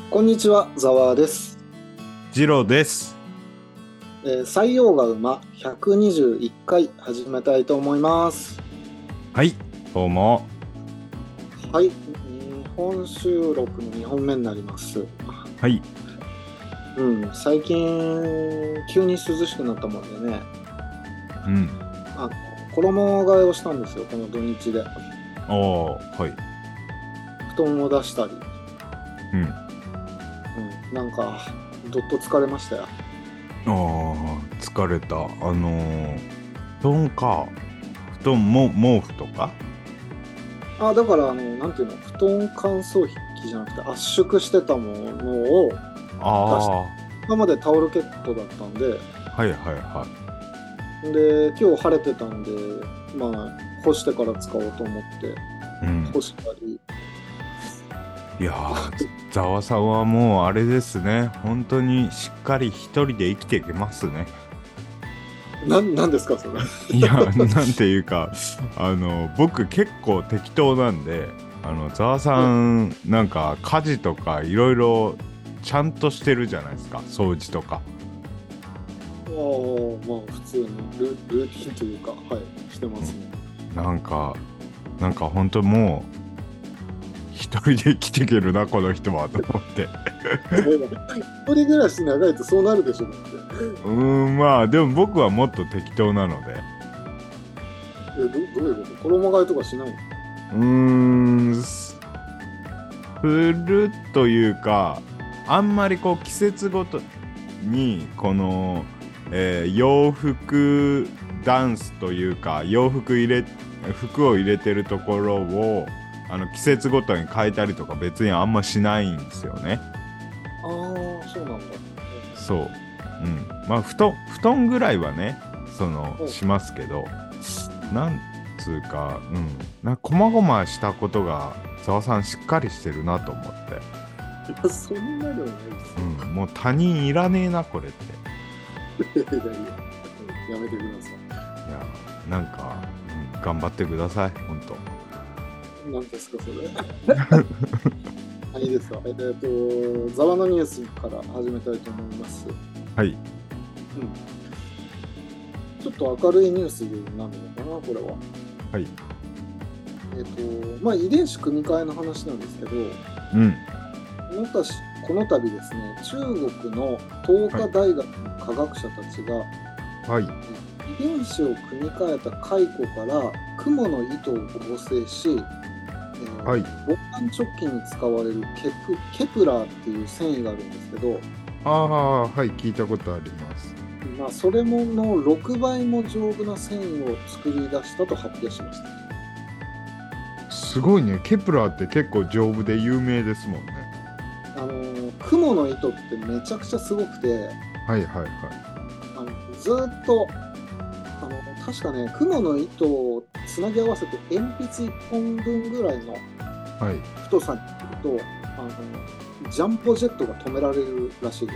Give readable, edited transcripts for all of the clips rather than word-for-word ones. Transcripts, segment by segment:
こんにちは、ざわです。 次郎です。 採用が馬121回始めたいと思います。 はい、どうも。 はい、日本収録の2本目になります。 はい。 最近急に涼しくなったもんでね、衣替えをしたんですよ、この土日で。 はい。 布団を出したり、なんかどっと疲れましたよ。 疲れた。布団か。布団も毛布とか。 だからなんていうの、布団乾燥機じゃなくて圧縮してたものを出して、今までタオルケットだったんで、で今日晴れてたんで、干してから使おうと思って、干したり。 いやー、ざわさんはもうあれですね。本当にしっかり一人で生きていけますね。 なんですかそれ。 いや、なんていうか、僕結構適当なんで、ざわさん、なんか家事とかいろいろちゃんとしてるじゃないですか、掃除とか。 普通にルーティンというか、してますね。 なんか本当もう一人で生きていけるなこの人はと思って一人暮らし長いとそうなるでしょ。だってでも僕はもっと適当なので。 どういうこと？衣替えとかしないの？ するというか、あんまりこう季節ごとにこの、洋服ダンスというか服を入れてるところを季節ごとに変えたりとか別にあんましないんですよね。 そうなんだ。 そう。布団ぐらいはね、しますけど、なんつうか、こまごましたことがざわさんしっかりしてるなと思って。 いや、そんなでもないです。 もう他人いらねえなこれって。 やめてください。 いや、なんか、頑張ってください、本当。 何ですかそれ。いいですか。ざわのニュースから始めたいと思います。 はい。 ちょっと明るいニュースなのかな、これは。 はい。 遺伝子組み換えの話なんですけど、この度ですね、中国の東華大学の科学者たちが、遺伝子を組み換えた蚕からクモの糸を合成し、防弾チョッキに使われるケプラーっていう繊維があるんですけど、 聞いたことあります。 それもの6倍も丈夫な繊維を作り出したと発表しました。 すごいね。ケプラーって結構丈夫で有名ですもんね。 クモの糸ってめちゃくちゃすごくて、ずっと確かね、クモの糸をつなぎ合わせて鉛筆1本分ぐらいの太さにすると、ジャンボジェットが止められるらしいです。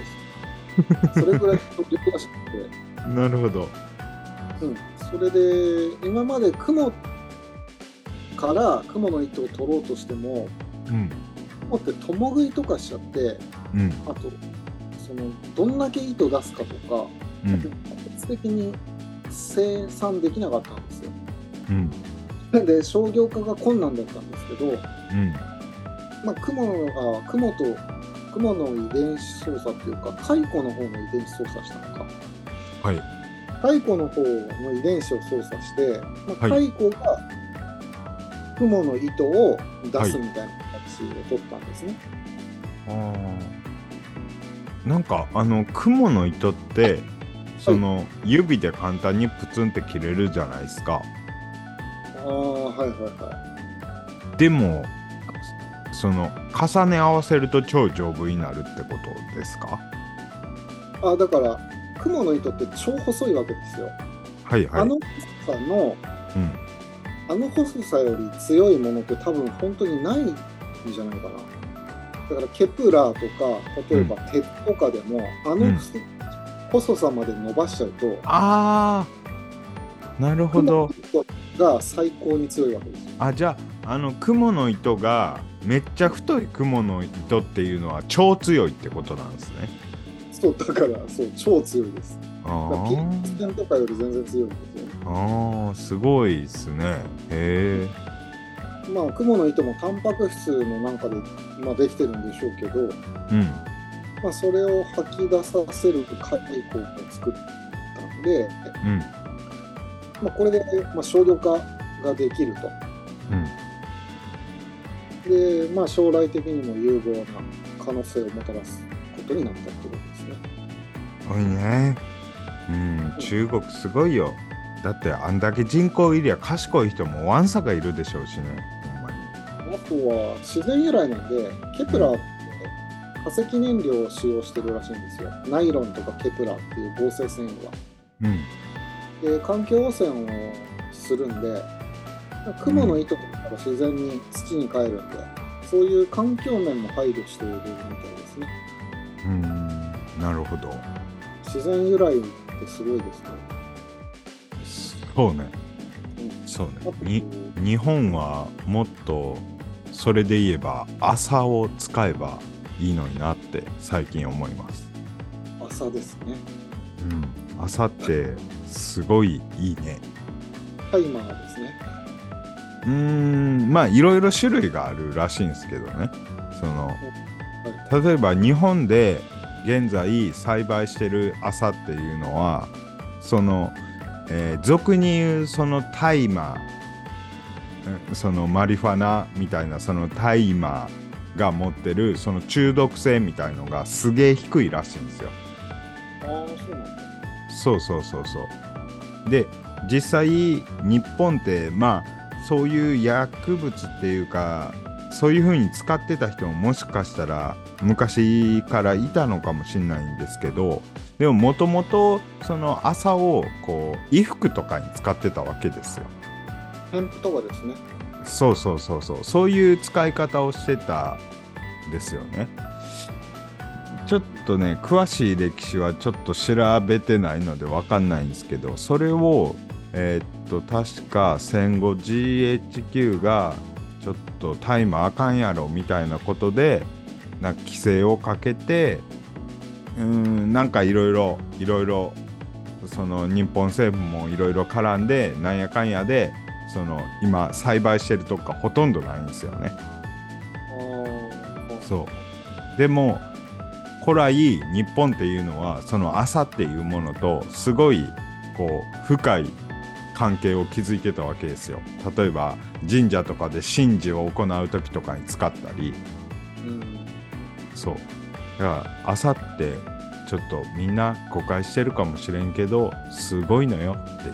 それぐらい飛びらしくて。 なるほど。 それで今までクモからクモの糸を取ろうとしても、クモって共食いとかしちゃって、あとどんだけ糸出すかとか、効率的に生産できなかったんですよ。で商業化が困難だったんですけど、クモの遺伝子操作っていうか、蚕の方の遺伝子操作したのか、蚕の方の遺伝子を操作して、蚕がクモの糸を出すみたいな形を取ったんですね。 なんかクモの糸って指で簡単にプツンって切れるじゃないですか。でも重ね合わせると超丈夫になるってことですか？ だからクモの糸って超細いわけですよ。あの細さの、あの細さより強いものって多分本当にないんじゃないかな。だからケプラーとか例えば鉄とかでも、細さまで伸ばしちゃうと、 なるほど。 クモの糸が最高に強いわけですよ。 じゃあクモの糸がめっちゃ太いクモの糸っていうのは超強いってことなんですね。 そうだからそう超強いです。ピンツテンとかより全然強いんですよね。 ああ、すごいですね。へえ。 まあクモの糸もタンパク質のなんかで、まあ、できてるんでしょうけど、まあ、それを吐き出させる解酵を作ったんで、まあ、これで、まあ、少量化ができると。で、まあ、将来的にも有望な可能性をもたらすことになったってことですね。 すごいね。中国すごいよ。だってあんだけ人口いりゃ賢い人もわんさかいるでしょうしね。ほんまに。 あとは自然由来なんで、ケプラーって化石燃料を使用してるらしいんですよ。ナイロンとかケプラーっていう合成繊維は。で、環境汚染をするんで、クモの糸とかが自然に土に帰るんで、そういう環境面も配慮しているみたいですね。 なるほど。 自然由来ってすごいですね。 そうね。そうね。日本はもっとそれで言えば麻を使えばいいのになって最近思います。 麻ですね。 麻ってすごいいいね。 タイマーですね。 まあいろいろ種類があるらしいんですけどね。例えば日本で現在栽培してる麻っていうのは俗に言うその大麻、そのマリファナみたいなその大麻が持ってるその中毒性みたいのがすげえ低いらしいんですよ。 そうなんだ。 そうで実際日本ってまあそういう薬物っていうかそういう風に使ってた人ももしかしたら昔からいたのかもしれないんですけど、でももともとその麻をこう衣服とかに使ってたわけですよ。 ヘンプとかですね。 そういう使い方をしてたんですよね。ちょっとね詳しい歴史はちょっと調べてないので分かんないんですけど、それを確か戦後 GHQ がちょっと大麻あかんやろみたいなことでなんか規制をかけてなんかいろいろその日本政府もいろいろ絡んでなんやかんやでその今栽培してるとこがほとんどないんですよね。そうでも古来日本っていうのはその麻っていうものとすごいこう深い関係を築いてたわけですよ。例えば神社とかで神事を行う時とかに使ったり、そうだから麻ってちょっとみんな誤解してるかもしれんけどすごいのよっていう。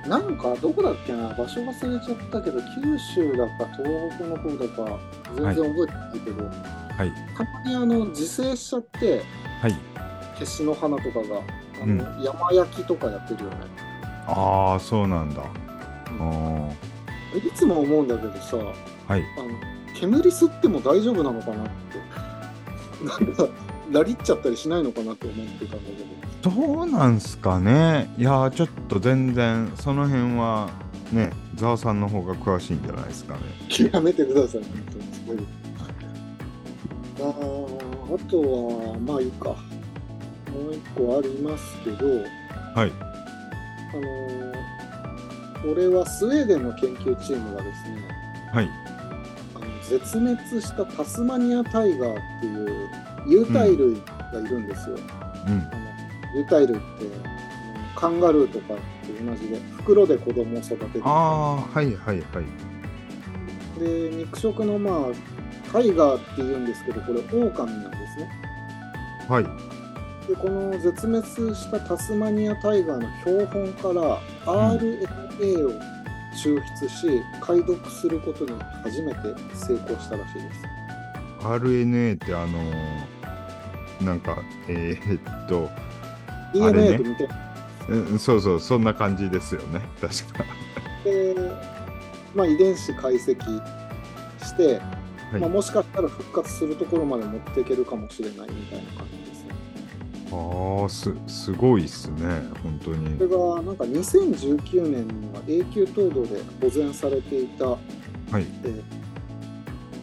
なんかどこだっけな、場所忘れちゃったけど九州だか東北の方だか全然覚えてないけど、たまに自生しちゃって、ケシの花とかが山焼きとかやってるよね。 ああそうなんだ。 いつも思うんだけどさ、煙吸っても大丈夫なのかなってなんかラリっちゃったりしないのかなって思ってたんだけど。どうなんすかね。いやちょっと全然その辺はねザワさんの方が詳しいんじゃないですかね。 やめてください。あとはまあいいか。もう一個ありますけど、これはスウェーデンの研究チームがですね、絶滅したタスマニアタイガーっていう有袋類がいるんですよ。有袋類ってカンガルーとかと同じで袋で子供を育てる。で肉食のまあタイガーっていうんですけどこれオオカミなんですね。でこの絶滅したタスマニアタイガーの標本から RNA を抽出し解読することに初めて成功したらしいです。 RNA ってなんか DNA と似てる。そうそんな感じですよね確か。 で、まあ、遺伝子解析して、もしかしたら復活するところまで持っていけるかもしれないみたいな感じですね。 すごいっすね本当に。 これがなんか2019年には永久凍土で保全されていた、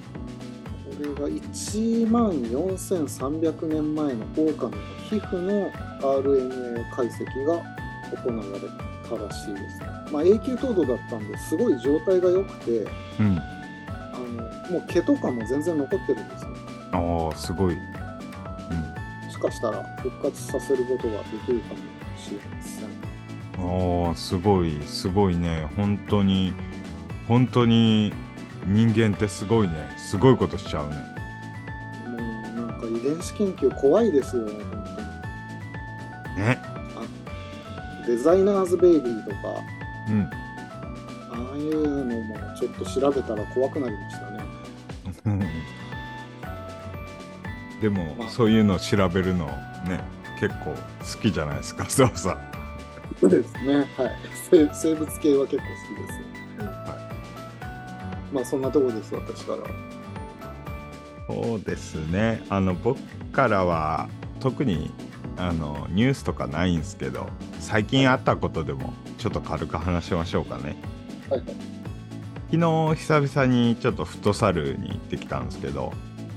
れが1万4300年前のオオカミの皮膚の RNA 解析が行われたらしいですね。永久凍土だったんですごい状態が良くて、もう毛とかも全然残ってるんですよ。 ああ、すごい。 もしかしたら復活させることができるかもしれません。 ああ、すごい、すごいね。本当に人間ってすごいね。すごいことしちゃうね。 もうなんか遺伝子研究怖いですよ、本当に。 ね。 デザイナーズベイビーとか、 うん。 ああいうのもちょっと調べたら怖くなりましたね。 でも、そういうのを調べるのね、結構好きじゃないですか、そうさ。 そうですね。はい。生物系は結構好きです。そんなとこです、私から。 そうですね。僕からは特にニュースとかないんですけど、最近あったことでもちょっと軽く話しましょうかね。 はいはい。 昨日久々にちょっとフットサルに行ってきたんですけど、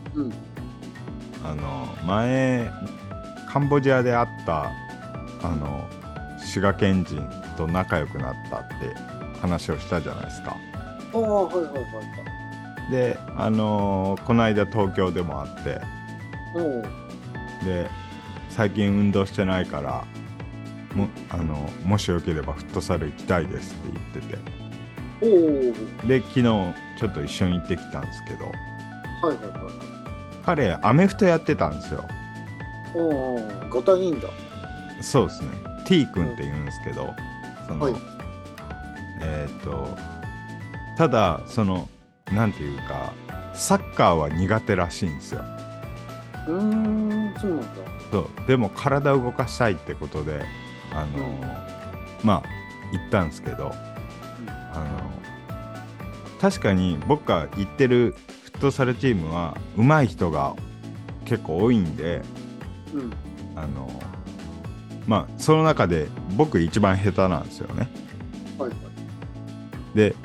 前カンボジアで会った滋賀県人と仲良くなったって話をしたじゃないですか。 ああ、はいはいはいはい。 でこの間東京でも会って、で最近運動してないからもしよければフットサル行きたいですって言ってて、で昨日ちょっと一緒に行ってきたんですけど、彼アメフトやってたんですよ。 ガタイいいんだ。 そうですね。T 君って言うんですけど、ただなんていうかサッカーは苦手らしいんですよ。 そうなんだ。 そうでも体を動かしたいってことで行ったんですけど、確かに僕が行ってるフットサルチームは上手い人が結構多いんで、その中で僕一番下手なんですよね。で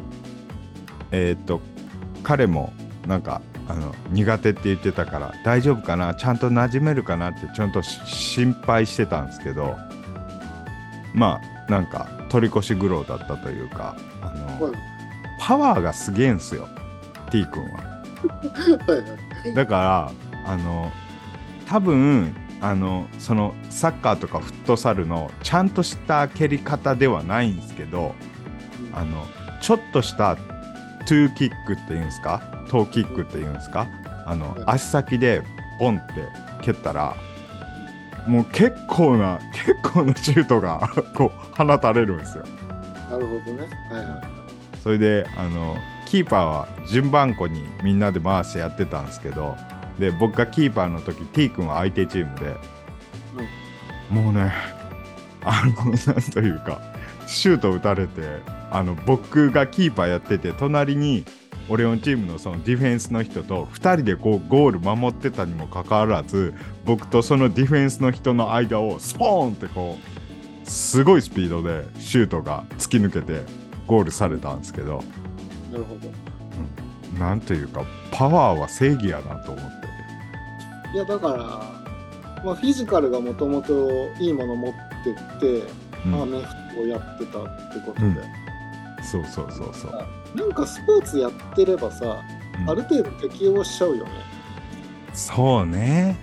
彼もなんか苦手って言ってたから大丈夫かな、ちゃんと馴染めるかなってちゃんと心配してたんですけど、なんか取り越し苦労だったというか、パワーがすげえんすよ T 君は。だから多分そのサッカーとかフットサルのちゃんとした蹴り方ではないんですけど、ちょっとしたトゥーキックっていうんですか、トーキックっていうんですか、足先でボンって蹴ったらもう結構なシュートがこう放たれるんですよ。 なるほどね。 それでキーパーは順番こにみんなで回してやってたんですけど、で僕がキーパーの時 T 君は相手チームで、もうねなんというかシュート打たれて僕がキーパーやってて隣に俺のチームのそのディフェンスの人と2人でこうゴール守ってたにもかかわらず、僕とそのディフェンスの人の間をスポーンってこうすごいスピードでシュートが突き抜けてゴールされたんですけど、 なるほど。 なんというかパワーは正義やなと思って。 いやだからフィジカルがもともといいもの持ってて、アメフトをやってたってことで、 そうなんかスポーツやってればさ、ある程度適応しちゃうよね。 そうね。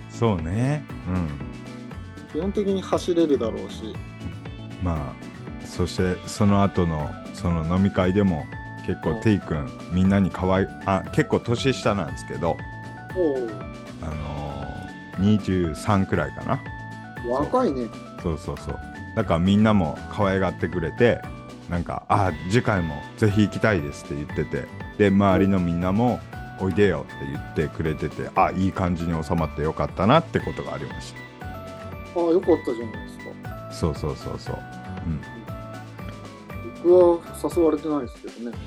基本的に走れるだろうし、 そしてその後のその飲み会でも結構T君みんなに結構年下なんですけど、23くらいかな。 若いね。 そうだからみんなも可愛がってくれて、なんか次回もぜひ行きたいですって言ってて、で周りのみんなもおいでよって言ってくれてて、いい感じに収まってよかったなってことがありました。 よかったじゃないですか。 そう僕は誘われてないですけどね。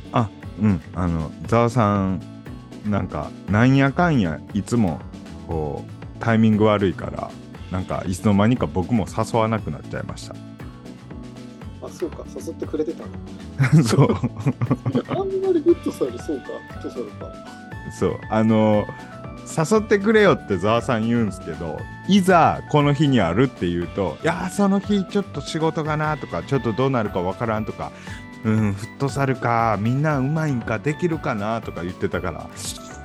ザワさんなんやかんやいつもこうタイミング悪いから、なんかいつの間にか僕も誘わなくなっちゃいました。 そうか、誘ってくれてたの。 そうあんまりフットサル、そうか、フットサルか。 そう、誘ってくれよってざわさん言うんすけど、いざこの日にあるって言うと、いやその日ちょっと仕事がなとか、ちょっとどうなるかわからんとか、フットサルか、みんなうまいんか、できるかなとか言ってたから、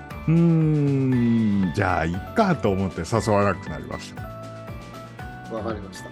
じゃあいっかと思って誘わなくなりました。 わかりました。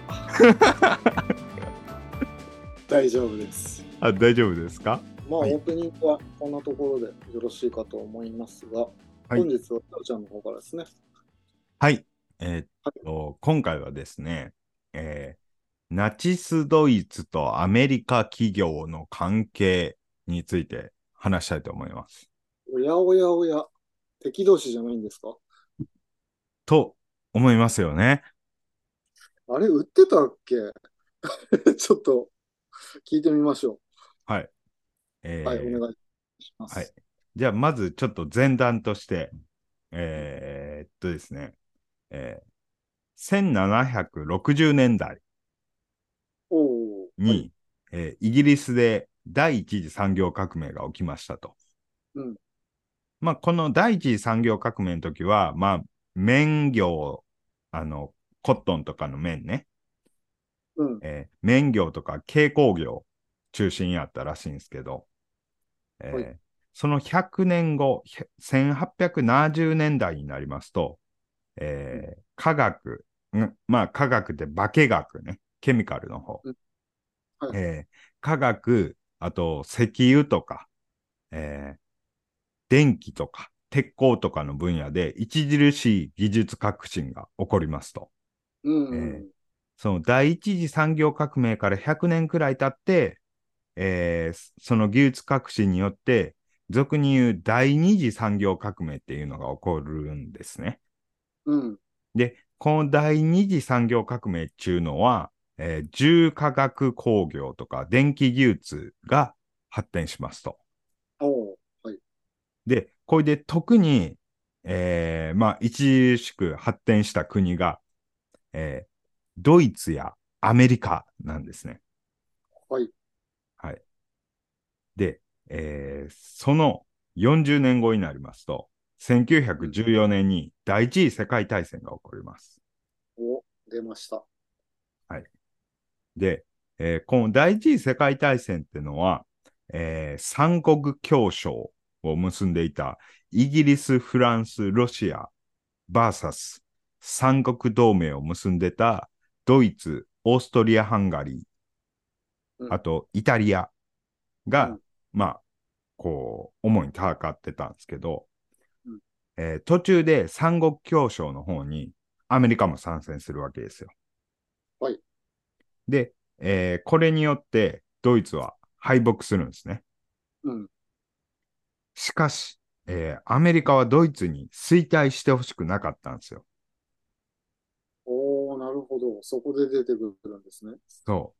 大丈夫です。 あ、大丈夫ですか？ まあ、 はい、 オープニングはこんなところでよろしいかと思いますが、 はい、 本日はたおちゃんの方からですね。 はい。 はい。 今回はですね、ナチスドイツとアメリカ企業の関係について話したいと思います。 おやおやおや、敵同士じゃないんですか？ と思いますよね。 あれ、売ってたっけ？ちょっと聞いてみましょはい。 う。はい、おえ願いしまはい。 す。 じゃあ、まずちょっと前段として、ですね、1760年代おお、はい。 に、イギリスで第一次産業革命が起きましたと。 うん、 まあ、この第一次産業革命の時は、まあ、綿業、あの、コットンとかの綿ね、 うん、 綿業とか軽工業中心やったらしいんですけど、 はい。 その100年後、1870年代になりますと、 うん、 科学、まあ科学で化学ね、ケミカルの方、 うん、はい。 科学、あと石油とか、えー電気とか鉄鋼とかの分野で著しい技術革新が起こりますと。 うえーん、 その第一次産業革命から100年くらい経って、その技術革新によって、俗に言う第二次産業革命っていうのが起こるんですね。 うん。 で、この第二次産業革命っていうのは、重化学工業とか電気技術が発展しますと。 おお、はい。 で、これで特に、まあ、著しく発展した国が、えードイツやアメリカなんですね。 はい。 はい。で、その40年後になりますと、1914 うん。 年に第一次世界大戦が起こります。 お、出ました。 はい。で、この第一次世界大戦っていうのは、三国協商を結んでいたイギリス、フランス、ロシア、バーサス三国同盟を結んでたドイツ、オーストリア、ハンガリー、 うん、 あとイタリアが、 うん、 まあ、こう、主に戦ってたんですけど、 うん。 途中で三国協商の方にアメリカも参戦するわけですよ。 はい。 で、これによってドイツは敗北するんですね。 うん。 しかし、アメリカはドイツに衰退してほしくなかったんですよ。 おお、なるほど。そこで出てくるんですね。 そう。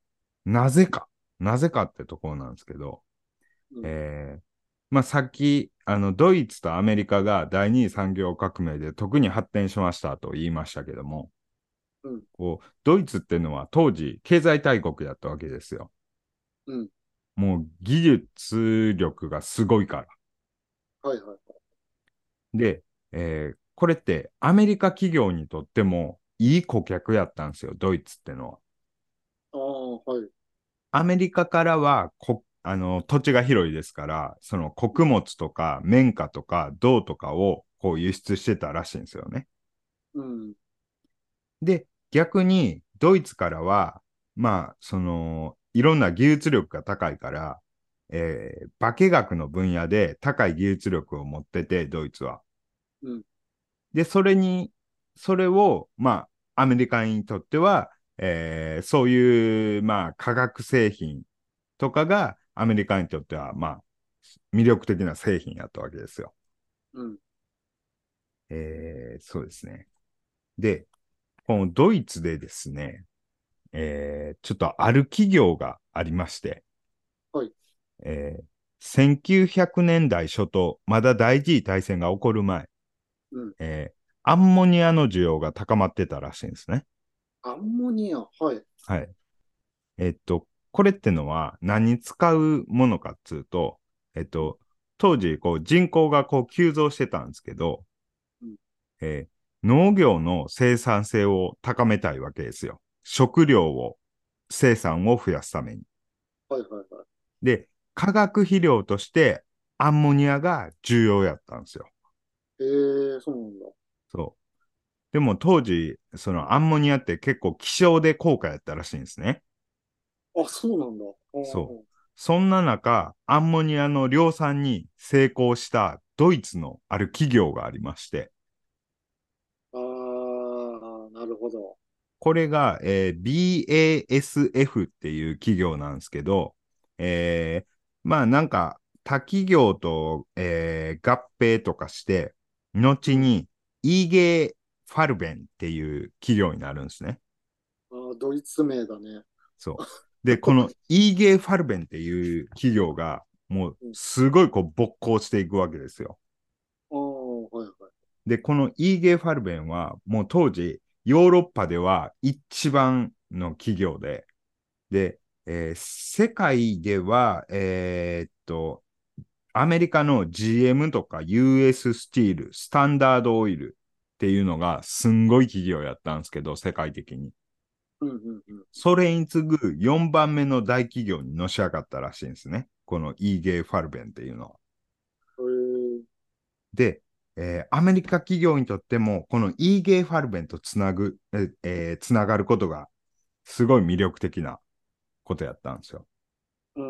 なぜか。なぜかってところなんですけど、 うん、 えーまあ、さっき、ドイツとアメリカが第二次産業革命で特に発展しましたと言いましたけども、 うん、 こう、ドイツっていうのは当時経済大国だったわけですよ。 うん。 もう技術力がすごいから。 はい、はい。 で、これってアメリカ企業にとってもいい顧客やったんですよ、ドイツってのは。 ああ、はい。 アメリカからは土地が広いですから、その穀物とか綿花とか銅とかをこう輸出してたらしいんですよね。 うん、 で、逆にドイツからは、まあ、いろんな技術力が高いから、化学の分野で高い技術力を持ってて、ドイツは。 うん。 で、それを、まあ、アメリカにとっては、そういう、まあ、化学製品とかがアメリカにとっては、まあ、魅力的な製品やったわけですよ。 うん。 そうですね。で、このドイツでですね、ちょっとある企業がありまして、 はい。 え1900年代初頭、まだ第一次大戦が起こる前、 うん。 アンモニアの需要が高まってたらしいんですね。 アンモニア。はい。 はい。これってのは何に使うものかっつうと、 うん。 当時、こう人口がこう急増してたんですけど、 うん。 えー農業の生産性を高めたいわけですよ。食料を、生産を増やすために。 はいはいはい。 で、化学肥料としてアンモニアが重要やったんですよ。 そうなんだ。 そう。でも当時、そのアンモニアって結構希少で高価やったらしいんですね。 あ、そうなんだ。 そう。そんな中、アンモニアの量産に成功したドイツのある企業がありまして、 あなるほど。 これが、BASF っていう企業なんですけど、まあなんか他企業と、合併とかして、 うん。 後にイーゲー・ファルベンっていう企業になるんですね。 ドイツ名だね。 そう。で、このイーゲー・ファルベンっていう企業が、もううん。 すごいこう勃興していくわけですよ。 はいはい。 で、このイーゲー・ファルベンは、もう当時、ヨーロッパでは一番の企業で、で、世界では、アメリカの GM とか US スチール、スタンダードオイルっていうのがすんごい企業やったんですけど、世界的に。 うんうんうん。 それに次ぐ4番目の大企業にのし上がったらしいんですね。このイーゲー・ファルベンっていうのは。 えー、 で、アメリカ企業にとっても、このイーゲー・ファルベンとつながることがすごい魅力的なことやったんですよ。 うん。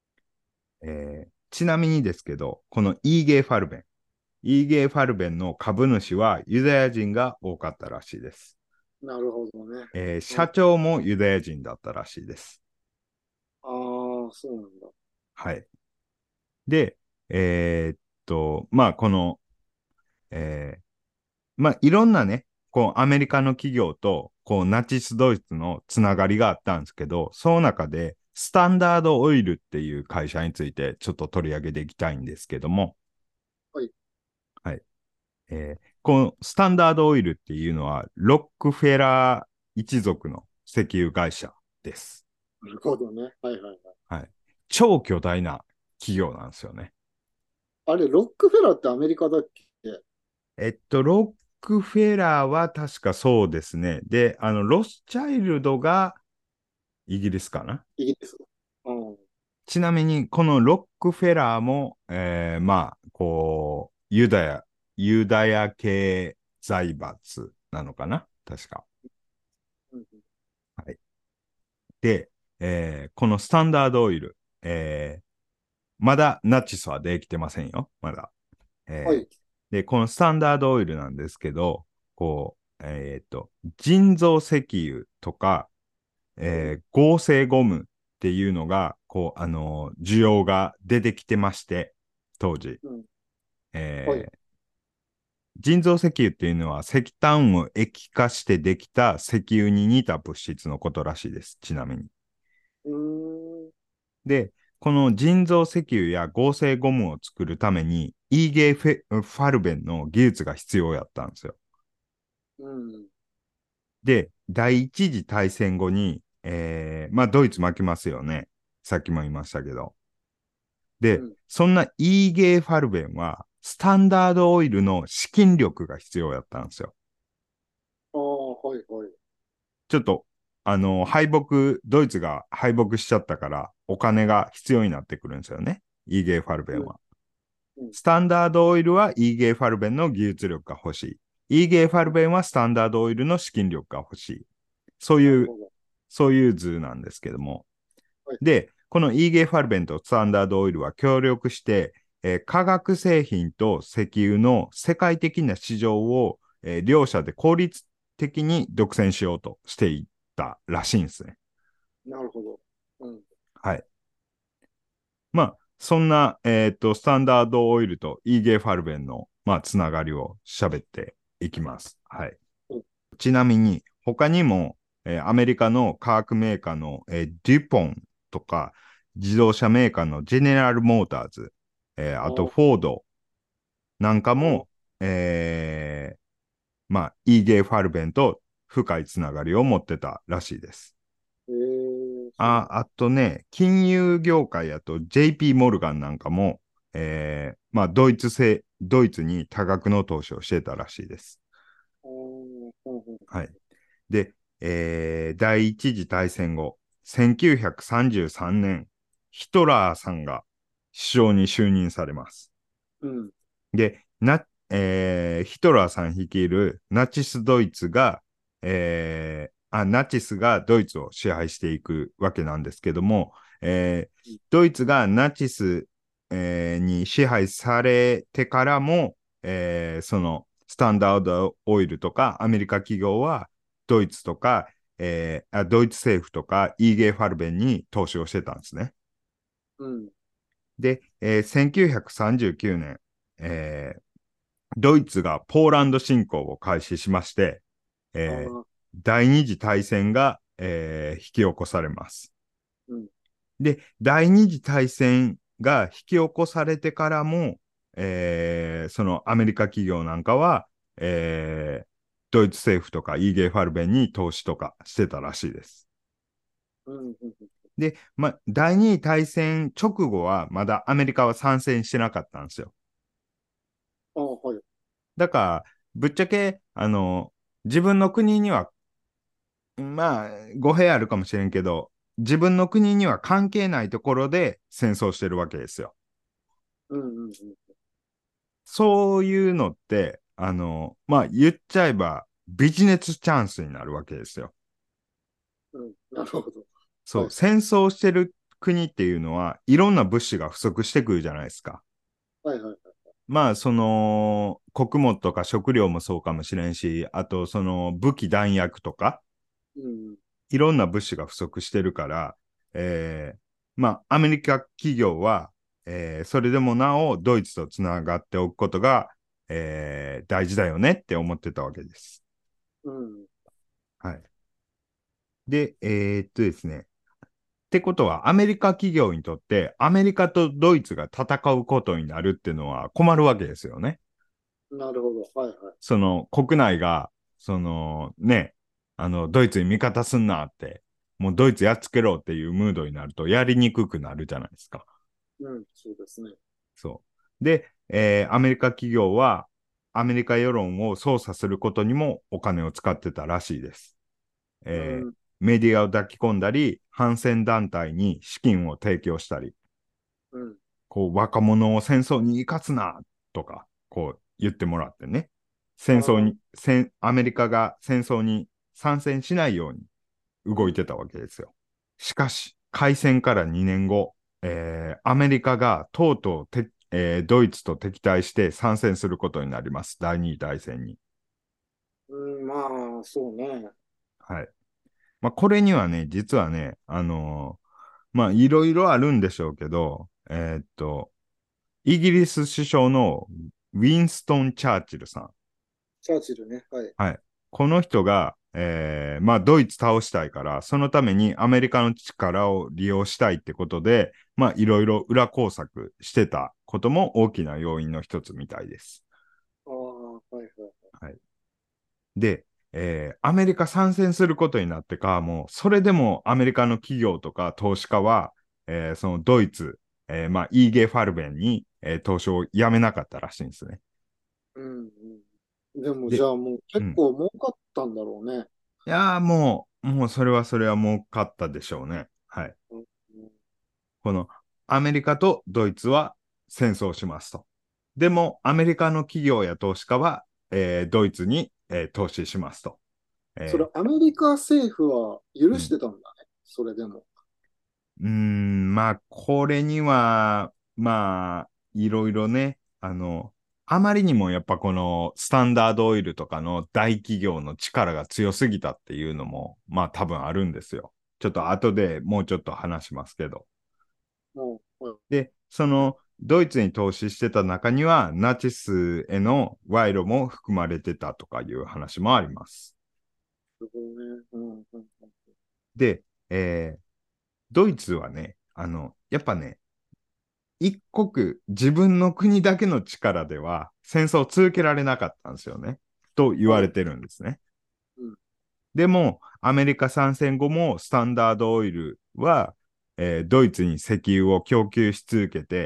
ちなみにですけど、このイーゲー・ファルベンの株主はユダヤ人が多かったらしいです。 なるほどね。うん。 社長もユダヤ人だったらしいです。 そうなんだ。 はい。で、まあ、この、まあ、いろんなね、こう、アメリカの企業と、こう、ナチスドイツのつながりがあったんですけど、その中で、スタンダードオイルっていう会社についてちょっと取り上げていきたいんですけども、 はい。 はい。このスタンダードオイルっていうのは、ロックフェラー一族の石油会社です。 なるほどね。はいはいはい。 はい。超巨大な企業なんですよね。 あれ、ロックフェラーってアメリカだっけ？ ロックフェラーは確かそうですね。で、ロスチャイルドがイギリスかな。 イギリス。うん。 ちなみに、このロックフェラーも、まあ、こう、ユダヤ系財閥なのかな確か。 うんはい。で、このスタンダードオイル、まだナチスはできてませんよ。まだ。えはい。 で、このスタンダードオイルなんですけど、こう、人造石油とか、合成ゴムっていうのが、こう、需要が出てきてまして、当時。 うん。はい。 えー人造石油っていうのは石炭を液化してできた石油に似た物質のことらしいです。ちなみに。 うーん。 で、この人造石油や合成ゴムを作るために、イーゲーファルベンの技術が必要やったんですよ。 うん。 で、第一次大戦後に、まあ、ドイツ負けますよね。さっきも言いましたけど。で、 うん。 そんなイーゲーファルベンは、スタンダードオイルの資金力が必要やったんですよ。 はいはい。 ちょっと、ドイツが敗北しちゃったから、お金が必要になってくるんですよね。イーゲーファルベうん。 ンは。 うん。 スタンダードオイルはイーゲーファルベンの技術力が欲しい。イーゲーファルベンはスタンダードオイルの資金力が欲しい。そういう、 なるほど。 そういう図なんですけども。 はい。 で、このイーゲーファルベンとスタンダードオイルは協力して、化学製品と石油の世界的な市場を、両社で効率的に独占しようとしていったらしいんですね。 なるほど。うん。 はい。まあ、そんな、スタンダードオイルとイーゲーファルベンの、まあ、つながりを喋っていきます。はい。 うん。 ちなみに、他にも、アメリカの化学メーカーの、デュポンとか、自動車メーカーのジェネラルモーターズ、あとあフォードなんかあ、 も、まあ、イーゲー・ファルベンと深いつながりを持ってたらしいです。 そうなんだ。 あとね、金融業界やと JP モルガンなんかも、 まあ、ドイツに多額の投資をしてたらしいです。はい。で、第一次大戦後、1933年、ヒトラーさんが首相に就任されます。 うん。 で、ヒトラーさん率いるナチスドイツが、ナチスがドイツを支配していくわけなんですけども、ドイツがナチス、に支配されてからも、そのスタンダードオイルとかアメリカ企業はドイツとか、ドイツ政府とか IG ファルベンに投資をしてたんですね。 うん。 で、1939年、ドイツがポーランド侵攻を開始しまして、 ああ、 第二次大戦が、引き起こされます。 うん。 で、第二次大戦が引き起こされてからも、そのアメリカ企業なんかは、ドイツ政府とかイーゲーファルベンに投資とかしてたらしいです。 うん。うん。 で、第二次大戦直後はまだアメリカは参戦してなかったんですよ。 ああ、はい。 だから、ぶっちゃけ、自分の国には、まあ、語弊あるかもしれんけど、自分の国には関係ないところで戦争してるわけですよ。 うん。うん。 そういうのって、まあ、言っちゃえばビジネスチャンスになるわけですよ。 うん。なるほど。 そう、 はい。 戦争してる国っていうのは、いろんな物資が不足してくるじゃないですか。 はい。はい。 まあ、その、穀物とか食料もそうかもしれんし、あと、その、武器弾薬とか、 うん。 いろんな物資が不足してるから、まあ、アメリカ企業は、それでもなおドイツとつながっておくことが、大事だよねって思ってたわけです。 うん。 はい。で、ですね。ってことは、アメリカ企業にとって、アメリカとドイツが戦うことになるっていうのは困るわけですよね。 なるほど。はい。はい。 その国内が、そのね、ドイツに味方すんなって、もうドイツやっつけろっていうムードになるとやりにくくなるじゃないですか。 うん。そうですね。 そう。で、アメリカ企業はアメリカ世論を操作することにもお金を使ってたらしいです。 うえーん。 メディアを抱き込んだり、反戦団体に資金を提供したり、 うん。 こう若者を戦争に行かすなとか、こう言ってもらってね、 ああ、 アメリカが戦争に参戦しないようにうん。 動いてたわけですよ。しかし、開戦から2年後、アメリカがとうとうドイツと敵対して参戦することになります。第二次大戦に。 うん。まあ、そうね。 はい。まあ、これにはね、実はね、まあ、いろいろあるんでしょうけど、イギリス首相のウィンストン・チャーチルさん。 チャーチルね。はい。 はい。この人が、まあ、ドイツ倒したいから、そのためにアメリカの力を利用したいってことで、まあ、いろいろ裏工作してたことも大きな要因の一つみたいです。 ああ、はいはい。 はい。で、アメリカ参戦することになってからも、それでもアメリカの企業とか投資家は、そのドイツ、まあ、イーゲ・ファルベンに、投資をやめなかったらしいんですね。 うん。うん。でも、じで、 ゃあもううん。 結構儲かったんだろうね。 いやーもうそれは儲かったでしょうね。はい。 うん。 このアメリカとドイツは戦争しますと。でも、アメリカの企業や投資家は、ドイツに、投資しますと。 それ、 えアメリカ政府は許うん、 してたんだね。それでも。 まあ、これには、まあ、いろいろね、あまりにもやっぱこのスタンダードオイルとかの大企業の力が強すぎたっていうのも、まあ多分あるんですよ。ちょっと後でもうちょっと話しますけど。 もう、はい。 で、そのドイツに投資してた中には、ナチスへの賄賂も含まれてたとかいう話もあります。 すごいね。うん。うん。 で、ドイツはね、やっぱね、一国、自分の国だけの力では戦争を続けられなかったんですよね。と言わはい。 れてるんですね。 うん。 でも、アメリカ参戦後もスタンダードオイルは、ドイツに石油を供給し続けて、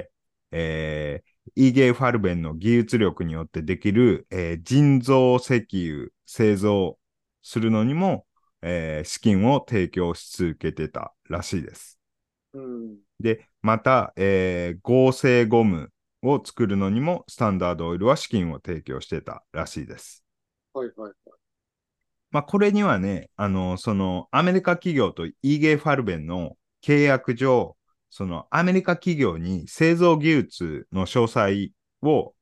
イーゲーファルベンの技術力によってできる、人造石油製造するのにも、資金を提供し続けてたらしいです。 うん。 で、また、合成ゴムを作るのにもスタンダードオイルは資金を提供してたらしいです。 はいはいはい。 まあ、これにはね、そのアメリカ企業とイーゲー・ファルベンの契約上、そのアメリカ企業に製造技術の詳細を、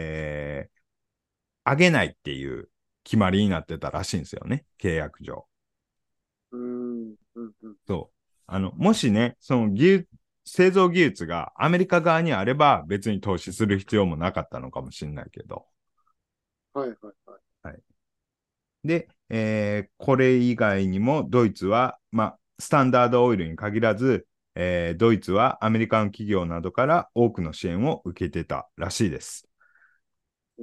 上げないっていう決まりになってたらしいんですよね、契約上。 うん。うん。うん。 そう。もしね、その製造技術がアメリカ側にあれば別に投資する必要もなかったのかもしれないけど。 はいはいはい。 はい。で、これ以外にもドイツは、まあ、スタンダードオイルに限らず、ドイツはアメリカの企業などから多くの支援を受けてたらしいです。 うん。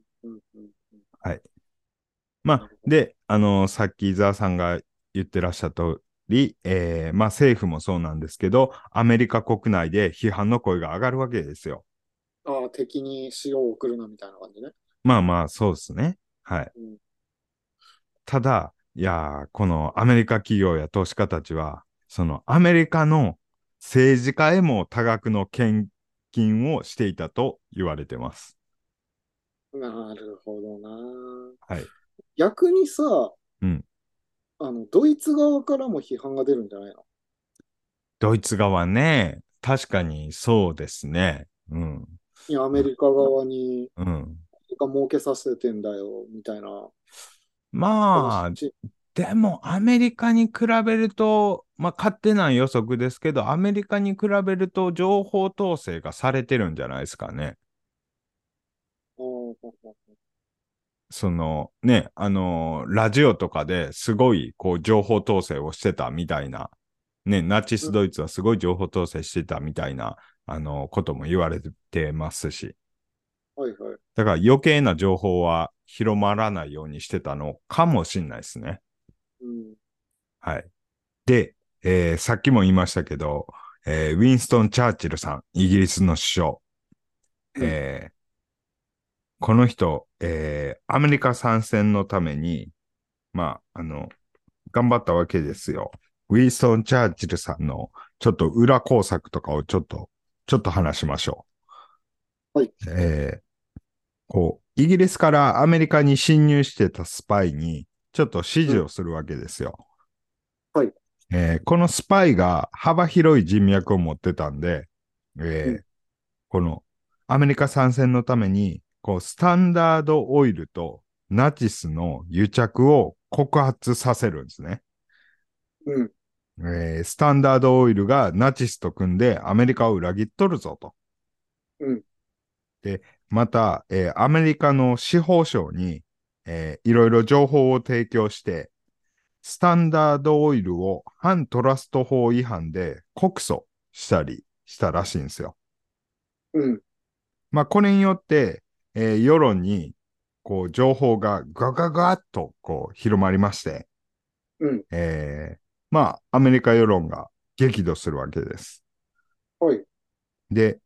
うん。うん。 はい。まあ、 なるほで、さっき伊沢さんが言ってらっしゃった通り、まあ、政府もそうなんですけど、アメリカ国内で批判の声が上がるわけですよ。 ど。ああ、敵に塩を送るなみたいな感じね。 まあまあ、そうですね。はい。 うん。 ただ、いやー、このアメリカ企業や投資家たちは、そのアメリカの政治家へも多額の献金をしていたと言われてます。 なるほどな。 はい。 逆にさ、 うん。 ドイツ側からも批判が出るんじゃないの？ ドイツ側ね、確かにそうですね。うん。 いや、アメリカ側に、 うん。 が儲けさせてんだよ、みたいなまあ、 話。 でもアメリカに比べると、まあ勝手な予測ですけど、アメリカに比べると情報統制がされてるんじゃないですかね。 ほうほうほう。 そのね、ラジオとかですごいこう情報統制をしてたみたいな、ね、ナチうん。 スドイツはすごい情報統制してたみたいな、ことも言われてますし、 はいはい。 だから余計な情報は広まらないようにしてたのかもしれないですね。 うん。 はい。で、さっきも言いましたけど、ウィンストン・チャーチルさん、イギリスの首相、 うん。 えこの人、アメリカ参戦のために、まあ、頑張ったわけですよ。ウィンストン・チャーチルさんのちょっと裏工作とかをちょっと話しましょはい。 う。こう、イギリスからアメリカに侵入してたスパイに、ちょっと指うん。 示をするわけですよ。 はい。 このスパイが幅広い人脈を持ってたんで、 うん。 このアメリカ参戦のために、こう、スタンダードオイルとナチスの癒着を告発させるんですね。 うん。 スタンダードオイルがナチスと組んでアメリカを裏切っとるぞと。 うん。 で、また、アメリカの司法省に、いろいろ情報を提供して、スタンダードオイルを反トラスト法違反で告訴したりしたらしいんですよ。 うん。 まあ、これによって、世論に、こう、情報がガガガッと、こう、広まりまして、 うん。 まあ、アメリカ世論が激怒するわけです。 はい。 で、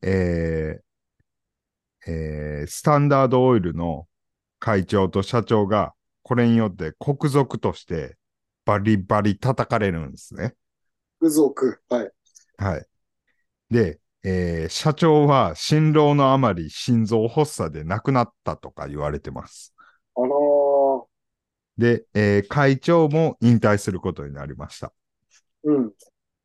スタンダードオイルの会長と社長が、これによって国賊としてバリバリ叩かれるんですね。 付属。はい。 はい。で、社長は心労のあまり心臓発作で亡くなったとか言われてます。 あらー。 で、会長も引退することになりました。 うん。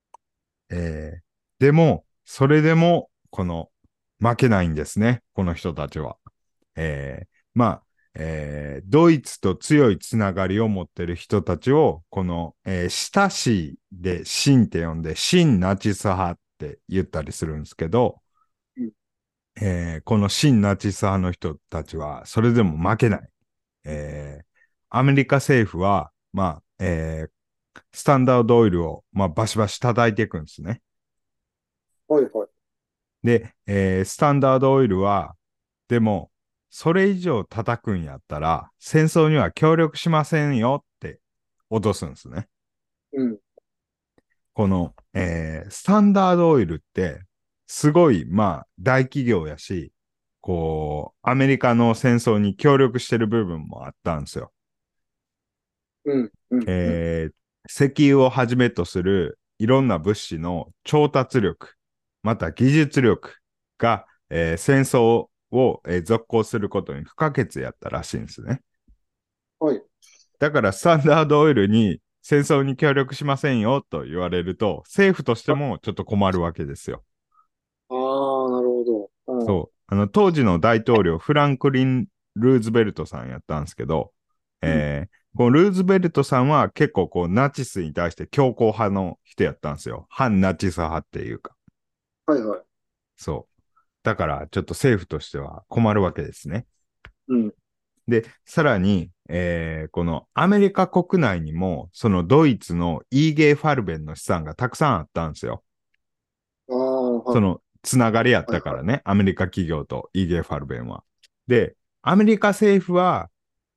でも、それでも、この、負けないんですね、この人たちは。まあ、ドイツと強いつながりを持っている人たちを、この、親しいで、親って呼んで、親ナチス派って言ったりするんですけど、 うん。 この親ナチス派の人たちは、それでも負けない。アメリカ政府は、まあ、スタンダードオイルを、まあ、バシバシ叩いていくんですね。 はいはい。 で、スタンダードオイルは、でも、それ以上叩くんやったら、戦争には協力しませんよって脅すんですね。 うん。 この、スタンダードオイルって、 すごい、まあ、大企業やし、こう、アメリカの戦争に協力してる部分もあったんですよ。 うん、うん、うん。 えー石油をはじめとするいろんな物資の調達力、また技術力が、戦争を、続行することに不可欠やったらしいんですね。 はい。 だからスタンダードオイルに戦争に協力しませんよと言われると、政府としてもちょっと困るわけですよ。 ああ、なるほど。うん。 そう。当時の大統領、フランクリン・ルーズベルトさんやったんですけど、 うん。 このルーズベルトさんは結構こうナチスに対して強硬派の人やったんですよ。反ナチス派っていうか。 はいはい。 そう。だからちょっと政府としては困るわけですね。 うん。 で、さらに、このアメリカ国内にも、そのドイツのイーゲー・ファルベンの資産がたくさんあったんですよ。 ああ、はい。 そのつながりやっはいはい。 たからね、アメリカ企業とイーゲー・ファルベンは。で、アメリカ政府は、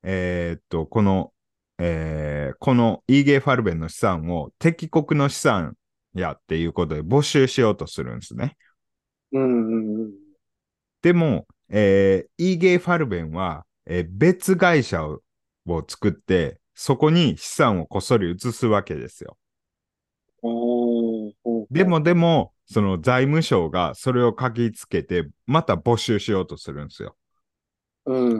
このイーゲー・ファルベンの資産を敵国の資産やっていうことで没収しようとするんですね。 うん、うん、うん。 でも、イーゲー・ファルベンは、別会社を作って、そこに資産をこっそり移すわけですよ。 ああ、ほうほでも、その財務省がそれを書きつけて、また没収しようとするんですよ。 う。うん。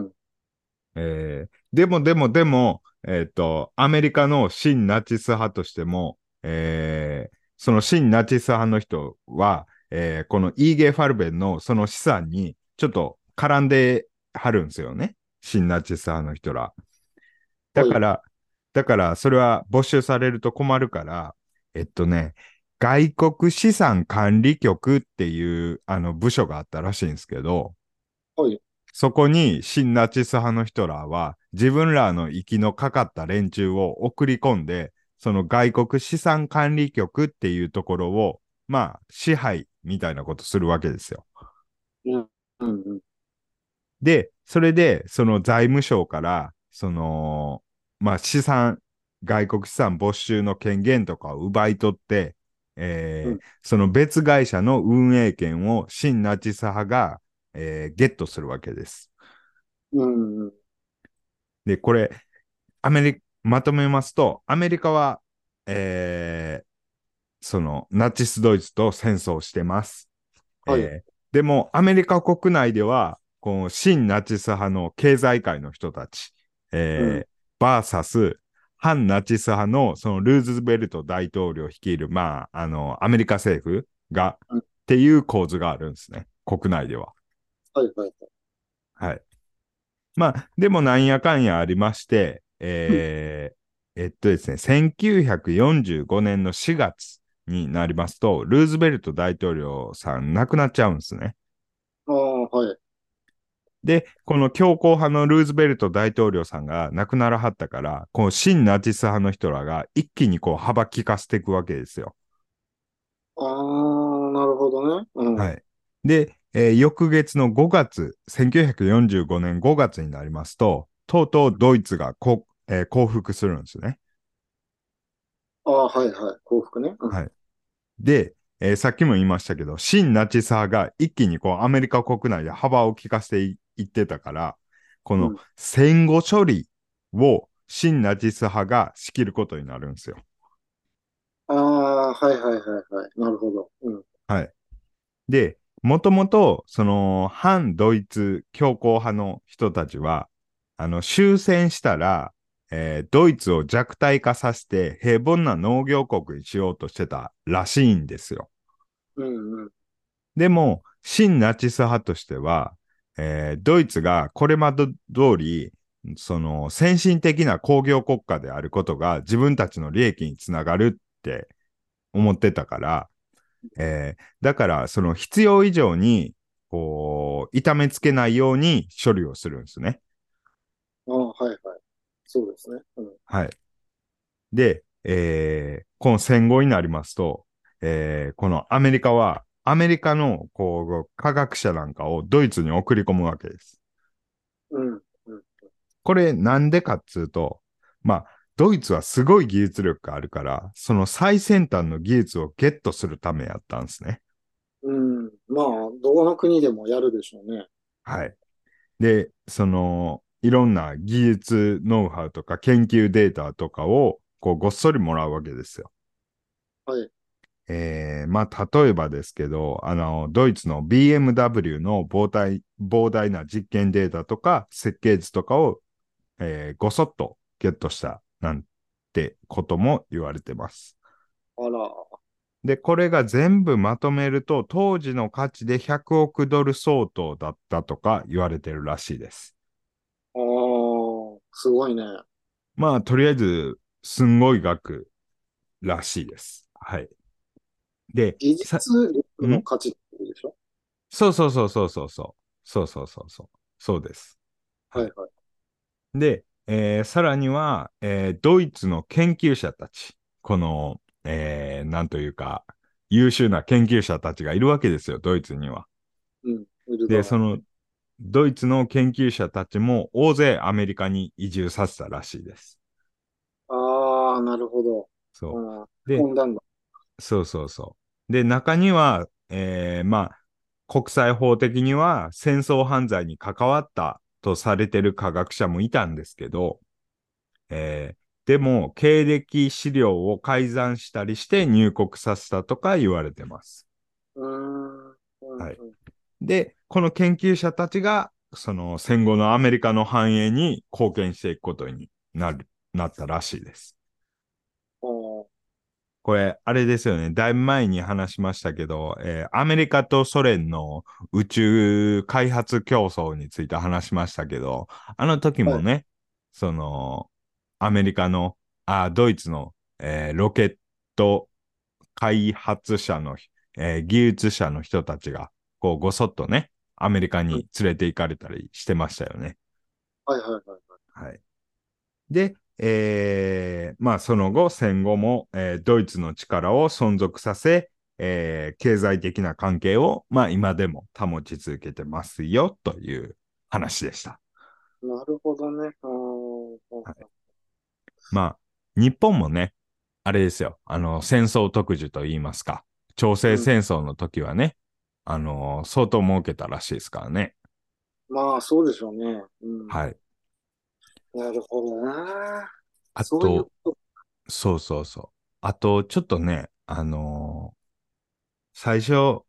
でも、アメリカの親ナチス派としても、その親ナチス派の人は、このイーゲー・ファルベンのその資産にちょっと絡んではるんですよね。親ナチス派の人ら。だはい。 から、だからそれは没収されると困るから、えっとね、外国資産管理局っていう部署があったらしいんですけど、 はい。 そこに新ナチス派の人らは自分らの息のかかった連中を送り込んで、その外国資産管理局っていうところを、まあ、支配みたいなことするわけですよ。 うん。うん。うん。 で、それで、その財務省から、まあ、外国資産没収の権限とかを奪い取って、 うん。 その別会社の運営権を新ナチス派が、ゲットするわけです。 うん。うん。 で、これ、まとめますと、アメリカは、そのナチスドイツと戦争してます。 はい。 でも、アメリカ国内では、この新ナチス派の経済界の人たち、 うん。 バーサス、反ナチス派のそのルーズベルト大統領率いる、まあ、アメリカ政府が、 うん。 っていう構図があるんですね。国内では。 はい。はい。はい。 はい。まあ、でもなんやかんやありまして、 うん。 ですね、1945年の4月になりますと、ルーズベルト大統領さん亡くなっちゃうんですね。 ああ、はい。 で、この強硬派のルーズベルト大統領さんが亡くならはったから、この新ナチス派の人らが一気にこう幅利かせていくわけですよ。 ああ、なるほどね。うん。 はい。で、翌月の5月、1945年5月になりますと、とうとうドイツが降伏するんですね。 ああ、はい。はい。幸福ね。うん。 はい。で、さっきも言いましたけど、新ナチス派が一気にこうアメリカ国内で幅を利かせていってたから、このうん。 戦後処理を新ナチス派が仕切ることになるんですよ。 ああ、はい。はい。はい。はい。なるほど。うん。 はい。で、もともと、その、反ドイツ強硬派の人たちは、終戦したら、ドイツを弱体化させて平凡な農業国にしようとしてたらしいんですよ。 うん。うん。 でも、新ナチス派としては、ドイツがこれまで通り、その先進的な工業国家であることが自分たちの利益につながるって思ってたから、だからその必要以上に、こう、痛めつけないように処理をするんですね。 ああ、はい。はい。そうですね。うん。 はい。で、この戦後になりますと、このアメリカは、アメリカのこう科学者なんかをドイツに送り込むわけです。 うん。うん。 これなんでかっつうと、まあ、ドイツはすごい技術力があるから、その最先端の技術をゲットするためやったんですね。 うん。まあ、どこの国でもやるでしょうね。 はい。で、いろんな技術ノウハウとか研究データとかを、こう、ごっそりもらうわけですよ。 はい。 まあ、例えばですけど、ドイツの BMW の膨大な実験データとか設計図とかを、ごそっとゲットしたなんてことも言われてます。 あら、 で、これが全部まとめると、当時の価値で100億ドル相当だったとか言われてるらしいです。 ああ、すごいね。 まあ、とりあえず、すんごい額らしいです。はい。で、 技術力のん価値ってことでしょ？ そうそうそうそうそうそう。そうそうそうそう。そうです。はい。 はいはい。 で、さらには、ドイツの研究者たち、なんというか、優秀な研究者たちがいるわけですよ、ドイツには。 うん、いるだで、 ろうね。 ドイツの研究者たちも大勢アメリカに移住させたらしいです。 ああ、なるほど。 そうん、 う。で、 温暖だ。 そうそうそう。で、中には、まあ、国際法的には戦争犯罪に関わったとされてる科学者もいたんですけど、でも、経歴資料を改ざんしたりして入国させたとか言われてます。 うーん、うん、 はい。 うん。 で、この研究者たちが、その戦後のアメリカの繁栄に貢献していくことになったらしいです。 あー、 これ、あれですよね。だいぶ前に話しましたけど、アメリカとソ連の宇宙開発競争について話しましたけど、あの時はい。 もね、その、アメリカの、ドイツの、ロケット開発者の、技術者の人たちが、こう、ごそっとね、アメリカうん、 に連れて行かれたりしてましたよね。 はいはいはいはい。 はい。で、まあ、その後、戦後も、ドイツの力を存続させ、経済的な関係を、まあ、今でも保ち続けてますよ、という話でした。 なるほどね。あー、 はい、まあ、日本もね、あれですよ、戦争特需と言いますか、朝うん。 鮮戦争の時はね、相当儲けたらしいですからね。 まあ、そうでしょうね。うん。 はい。 なるほどな。そういうあと、 こと。 そうそうそう。あと、ちょっとね、最初、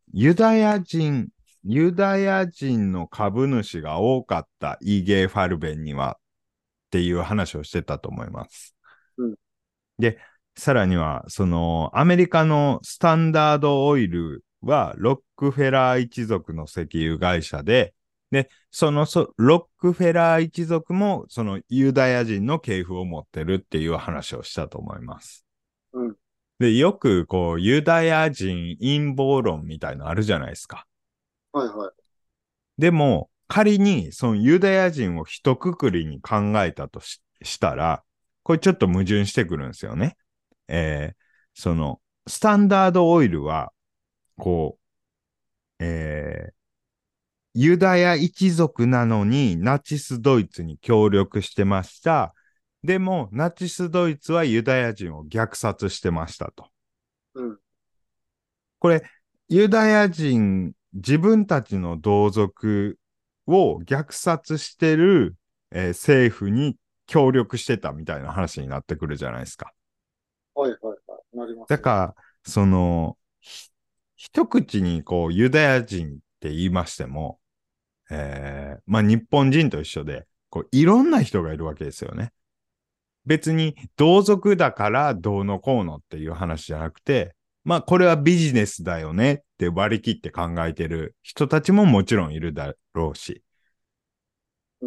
ユダヤ人の株主が多かったイーゲーファルベンにはっていう話をしてたと思います。 うん。 で、さらには、アメリカのスタンダードオイルはロックフェラー一族の石油会社で、で、ロックフェラー一族も、そのユダヤ人の系譜を持ってるっていう話をしたと思います。 うん。 で、よくこう、ユダヤ人陰謀論みたいのあるじゃないですか。 はいはい。 でも、仮にそのユダヤ人を一括りに考えたとしたら、これちょっと矛盾してくるんですよね。えースタンダードオイルは、こう、ユダヤ一族なのにナチスドイツに協力してました。でも、ナチスドイツはユダヤ人を虐殺してましたと。 うん。 これ、ユダヤ人、自分たちの同族を虐殺してる、政府に協力してたみたいな話になってくるじゃないですか。 はいはいはい。なりますね。 だから、一口にこうユダヤ人って言いましても、まあ日本人と一緒で、こういろんな人がいるわけですよね。別に同族だからどうのこうのっていう話じゃなくて、まあこれはビジネスだよねって割り切って考えてる人たちももちろんいるだろうし。 うん。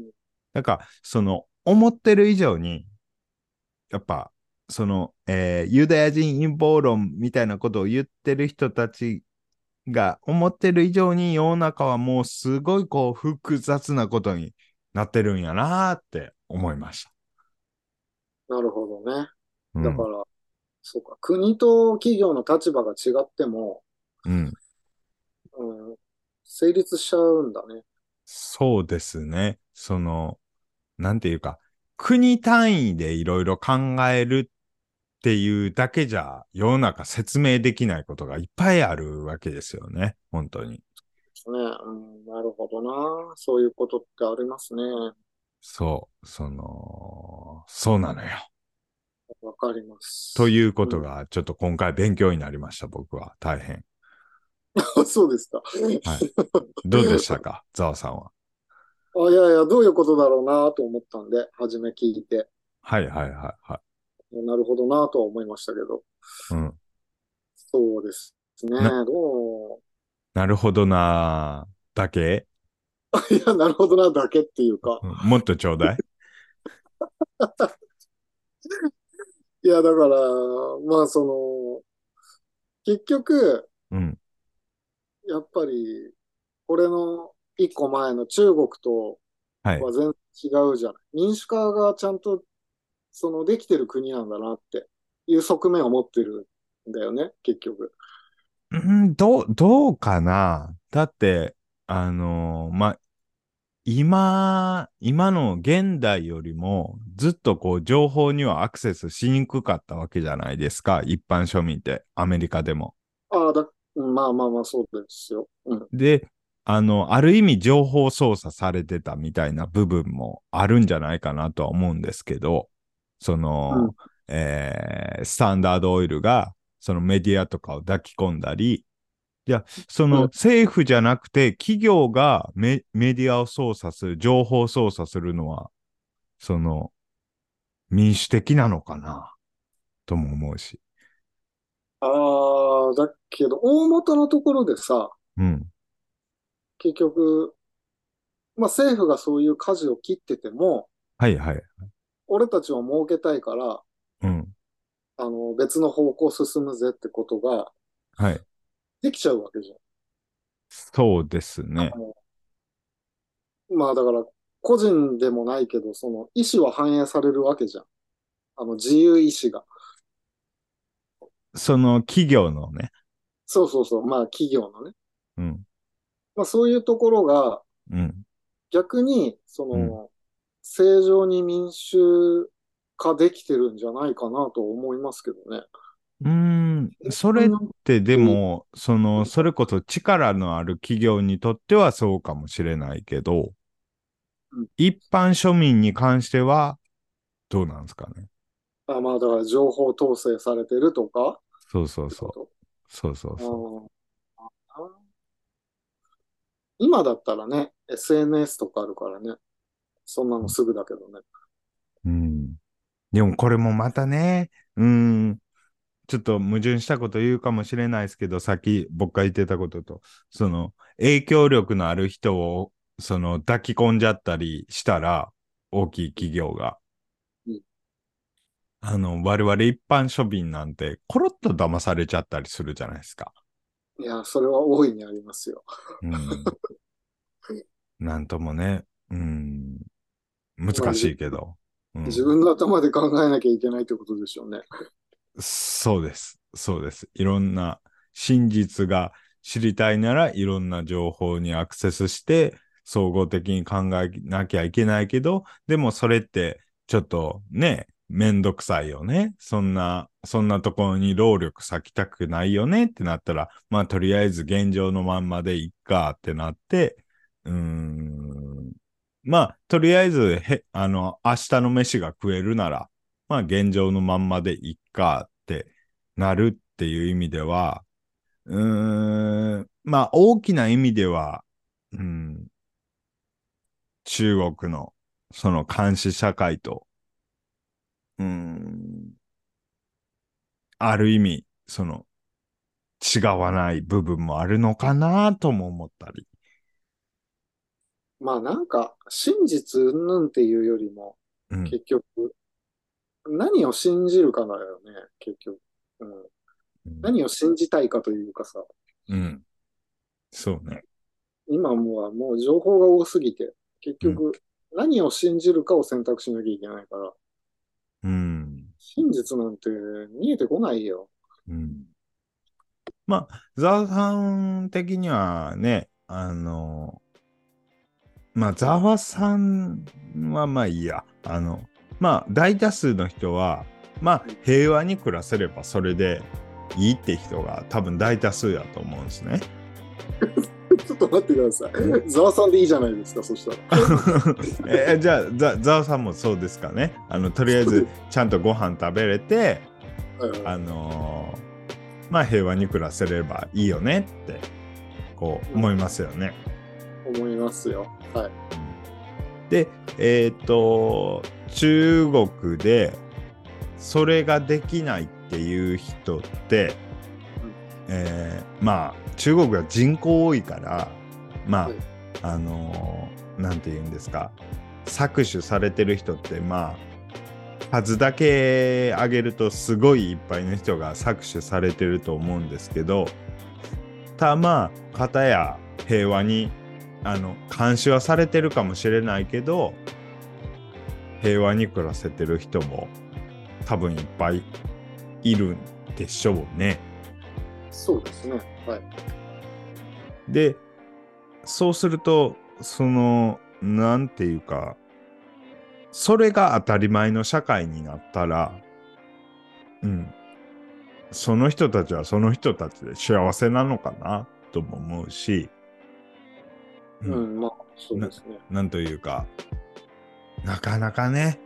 なんか思ってる以上に、やっぱユダヤ人陰謀論みたいなことを言ってる人たちが思ってる以上に世の中はもうすごいこう複雑なことになってるんやなーって思いました。 なるほどね。 うん。 だから、そうか。国と企業の立場が違っても、 うん。 うん、成立しちゃうんだね。 そうですね。なんていうか、国単位でいろいろ考えるっていうだけじゃ世の中説明できないことがいっぱいあるわけですよね。本当に。 ね、なるほどな。そういうことってありますね。 そう、そうなのよ。 わかりまといす。 うことが、ちょっと今回勉強になりました、僕は。大変。 そうですか。 はい。どうでしたか、ざわさんは。 いやいや、どういうことだろうなと思ったんで、初め聞いて、 はいはいはいはい。 なるほどなとは思いましたけど。 うん。 そうですね。 な、 どなるほどなだけ、 う、いや、なるほどなだけっていうか。 うん、もっとちょうだい。 いや、だから、まあ、結局、 うん。 やっぱり、これの一個前の中国とはい。 は全然違うじゃない。民主化がちゃんと、できてる国なんだなっていう側面を持ってるんだよね、結局。 うん、どうかな。だって、まあ、今の現代よりもずっとこう情報にはアクセスしにくかったわけじゃないですか。一般庶民ってアメリカでも。 ああ、まあまあまあ、そうですよ。うん。 で、ある意味情報操作されてたみたいな部分もあるんじゃないかなとは思うんですけど、そうん。 の、スタンダードオイルがそのメディアとかを抱き込んだり、いや、そのうん。 政府じゃなくて企業がメディアを操作する、情報を操作するのは、その民主的なのかなとも思うし。 ああ、だけど、大元のところでさ、 うん。 結局、まあ政府がそういう舵を切ってても、 はいはい。 俺たちは儲けたいから、 うん。 別の方向進むぜってことがはい。 できちゃうわけじゃん。 そうですね。 まあだから、個人でもないけど、その意思は反映されるわけじゃん。自由意志が。 その企業のね。 そうそうそう。まあ企業のね。 うん。 まあそういうところがうん。 逆に、 うん。 正常に民主化できてるんじゃないかなと思いますけどね。 それってでも、それこそ力のある企業にとってはそうかもしれないけど、 うん、 一般庶民に関してはどうなんですかね。 まあだから情報統制されてるとかそうそうそう。 ってこと。 そうそうそう。 あ今だったらね、SNS とかあるからね、そんなのすぐだけどね。 うん。でもこれもまたね、ちょっと矛盾したこと言うかもしれないですけど、さっき僕が言ってたことと、影響力のある人を、抱き込んじゃったりしたら、大きい企業が、 うん、 我々一般庶民なんて、コロッと騙されちゃったりするじゃないですか。 いや、それは大いにありますよ。 うん。なんともね、 まあ、 難しいけど。うん。 自分の頭で考えなきゃいけないってことでしょうね。 そうです。そうです。いろんな真実が知りたいならいろんな情報にアクセスして総合的に考えなきゃいけないけど、でもそれってちょっとね、めんどくさいよね。そんなところに労力割きたくないよねってなったら、まあとりあえず現状のまんまでいっかってなって、まあとりあえず明日の飯が食えるなら、まあ現状のまんまでいっかってなるっていう意味では、まあ大きな意味では、うん、中国のその監視社会と、うん、ある意味、違わない部分もあるのかなとも思ったり。 まあなんか、真実云々っていうよりも、 うん、 結局、何を信じるかだよね、結局。うん、 うん、 何を信じたいかというかさ、 うん、そうね。 今もう情報が多すぎて、結うん、 局、何を信じるかを選択しなきゃいけないから、 うん、 真実なんて見えてこないよ。 うん。まあ、ザワさん的にはね、まあ、ザワさんはまあいいや。まあ、大多数の人は、 まあ平和に暮らせればそれでいいって人が多分大多数やと思うんですね。 ちょっと待ってください。ざわさんでいいじゃないですか、そしたら。 じゃあざわさんもそうですかね。とりあえずちゃんとご飯食べれて、まあ平和に暮らせればいいよねってこう思いますよね。 思いますよ。はい。 で、中国でそれができないっていう人って、まあ中国は人口多いからまあ、なんて言うんですか、搾取されてる人ってまあ数だけ挙げるとすごいいっぱいの人が搾取されてると思うんですけど、まあ片や平和に監視はされてるかもしれないけど平和に暮らせてる人も多分いっぱいいるんでしょうね。 そうですね。はい。 で、そうするとなんていうか、それが当たり前の社会になったら、その人たちはその人たちで幸せなのかなとも思うし、 まあそうですね。 なんというか、なかなかね、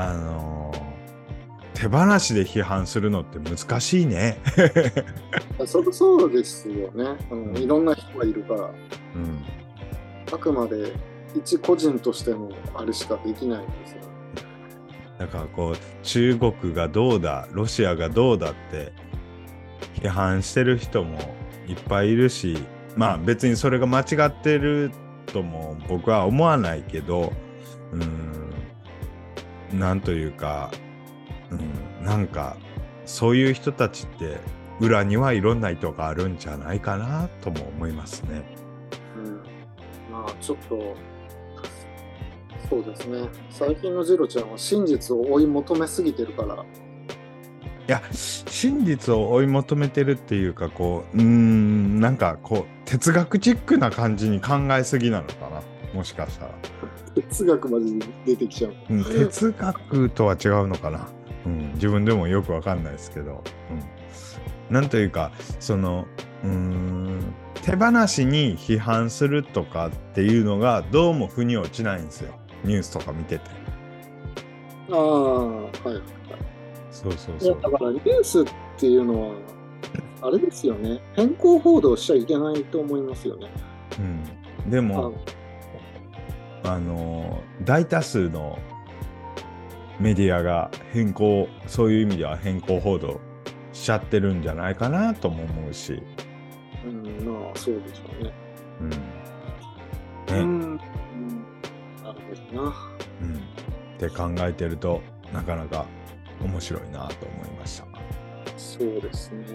手放しで批判するのって難しいね。 そうですよね。いろんな人がいるから、あくまで一個人としてのあれしかできないんですよ。 だからこう中国がどうだロシアがどうだって批判してる人もいっぱいいるし、まあ別にそれが間違ってるとも僕は思わないけど、なんというか、なんかそういう人たちって裏にはいろんな意図があるんじゃないかなとも思いますね。 まあちょっとそうですね。最近のジロちゃんは真実を追い求めすぎてるから。いや、真実を追い求めてるっていうか、こうなんかこう哲学チックな感じに考えすぎなのかな、もしかしたら。 哲学まで出てきちゃう。 哲学とは違うのかな。自分でもよくわかんないですけど、なんというか手放しに批判するとかっていうのがどうも腑に落ちないんですよ、ニュースとか見てて。 はいはい。 そう。 いやだからニュースっていうのはあれですよね。偏向報道しちゃいけないと思いますよね。 でも大多数のメディアがそういう意味では偏向報道しちゃってるんじゃないかなとも思うし。 まあそうでしょうね。なるほどな。 って考えてるとなかなか面白いなと思いました。 そうですね。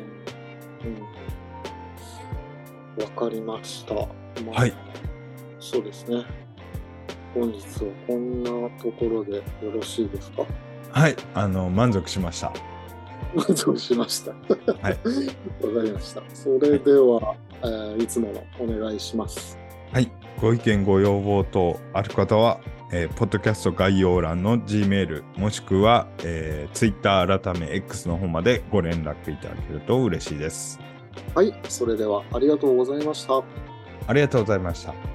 わかりました。はい。そうですね。本日はこんなところでよろしいですか？ はい、満足しました。 満足しました。 はい。 わかりました。それでは、いつものお願いします。 はい。ご意見ご要望等ある方は、ポッドキャスト概要欄の Gmail もしくは、Twitter 改め X の方までご連絡いただけると嬉しいです。 はい。それではありがとうございました。 ありがとうございました。